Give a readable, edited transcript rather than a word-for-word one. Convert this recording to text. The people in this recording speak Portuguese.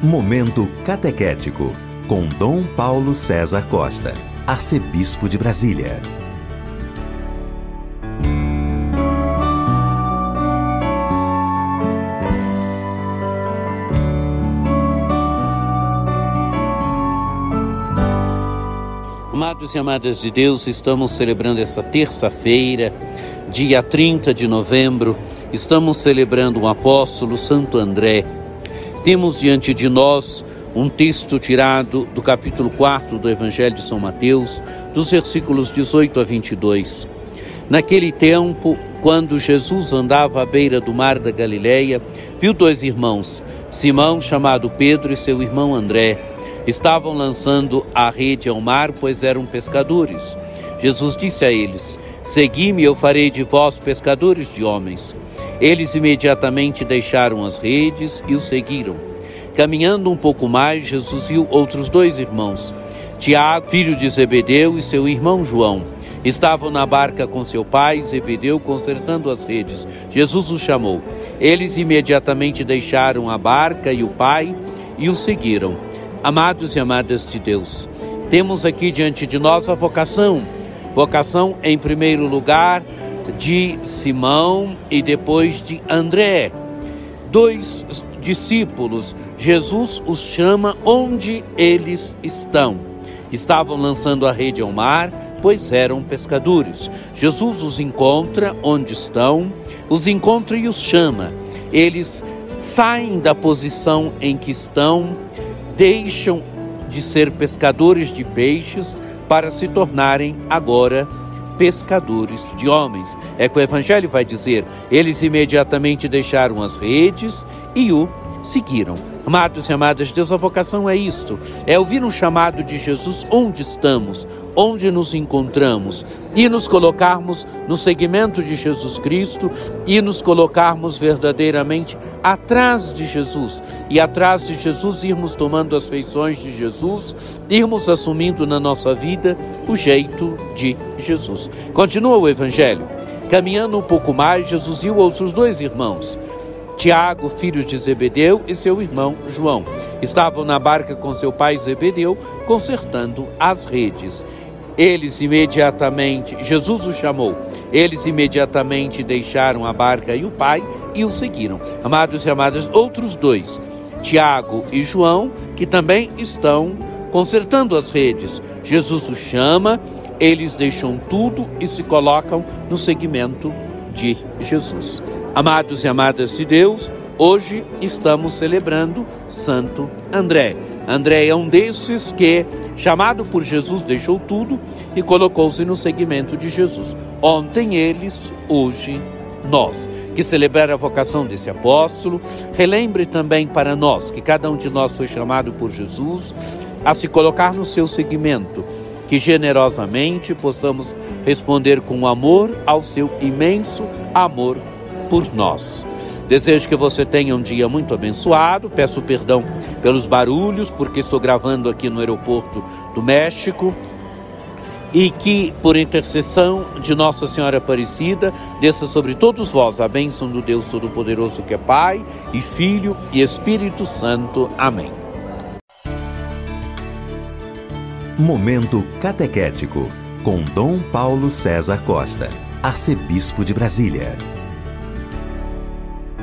Momento catequético, com Dom Paulo César Costa, arcebispo de Brasília. Amados e amadas de Deus, estamos celebrando essa terça-feira, dia 30 de novembro, estamos celebrando o apóstolo Santo André. Temos diante de nós um texto tirado do capítulo 4 do Evangelho de São Mateus, dos versículos 18 a 22. Naquele tempo, quando Jesus andava à beira do mar da Galileia, viu dois irmãos, Simão, chamado Pedro, e seu irmão André. Estavam lançando a rede ao mar, pois eram pescadores. Jesus disse a eles: segui-me, eu farei de vós pescadores de homens. Eles imediatamente deixaram as redes e o seguiram. Caminhando um pouco mais, Jesus viu outros dois irmãos, Tiago, filho de Zebedeu, e seu irmão João. Estavam na barca com seu pai, Zebedeu, consertando as redes. Jesus os chamou. Eles imediatamente deixaram a barca e o pai e o seguiram. Amados e amadas de Deus, temos aqui diante de nós a vocação em primeiro lugar de Simão e depois de André. Dois discípulos, Jesus os chama onde eles estão. Estavam lançando a rede ao mar, pois eram pescadores. Jesus os encontra onde estão, os encontra e os chama. Eles saem da posição em que estão, deixam de ser pescadores de peixes para se tornarem agora pescadores de homens. É que o Evangelho vai dizer: eles imediatamente deixaram as redes e o seguiram. Amados e amadas de Deus, a vocação é isto, é ouvir um chamado de Jesus onde estamos, onde nos encontramos, e nos colocarmos no seguimento de Jesus Cristo e nos colocarmos verdadeiramente atrás de Jesus, e atrás de Jesus irmos tomando as feições de Jesus, irmos assumindo na nossa vida o jeito de Jesus. Continua o Evangelho. Caminhando um pouco mais, Jesus viu outros dois irmãos, Tiago, filho de Zebedeu, e seu irmão João. Estavam na barca com seu pai Zebedeu, consertando as redes. Jesus os chamou. Eles imediatamente deixaram a barca e o pai e o seguiram. Amados e amadas, outros dois, Tiago e João, que também estão consertando as redes. Jesus os chama, eles deixam tudo e se colocam no seguimento de Jesus. Amados e amadas de Deus, hoje estamos celebrando Santo André. André é um desses que, chamado por Jesus, deixou tudo e colocou-se no seguimento de Jesus. Ontem eles, hoje nós. Que celebrar a vocação desse apóstolo, relembre também para nós que cada um de nós foi chamado por Jesus a se colocar no seu seguimento, que generosamente possamos responder com amor ao seu imenso amor por nós. Desejo que você tenha um dia muito abençoado. Peço perdão pelos barulhos, porque estou gravando aqui no aeroporto do México, e que, por intercessão de Nossa Senhora Aparecida, desça sobre todos vós a bênção do Deus Todo-Poderoso, que é Pai e Filho e Espírito Santo. Amém. Momento catequético, com Dom Paulo César Costa, arcebispo de Brasília.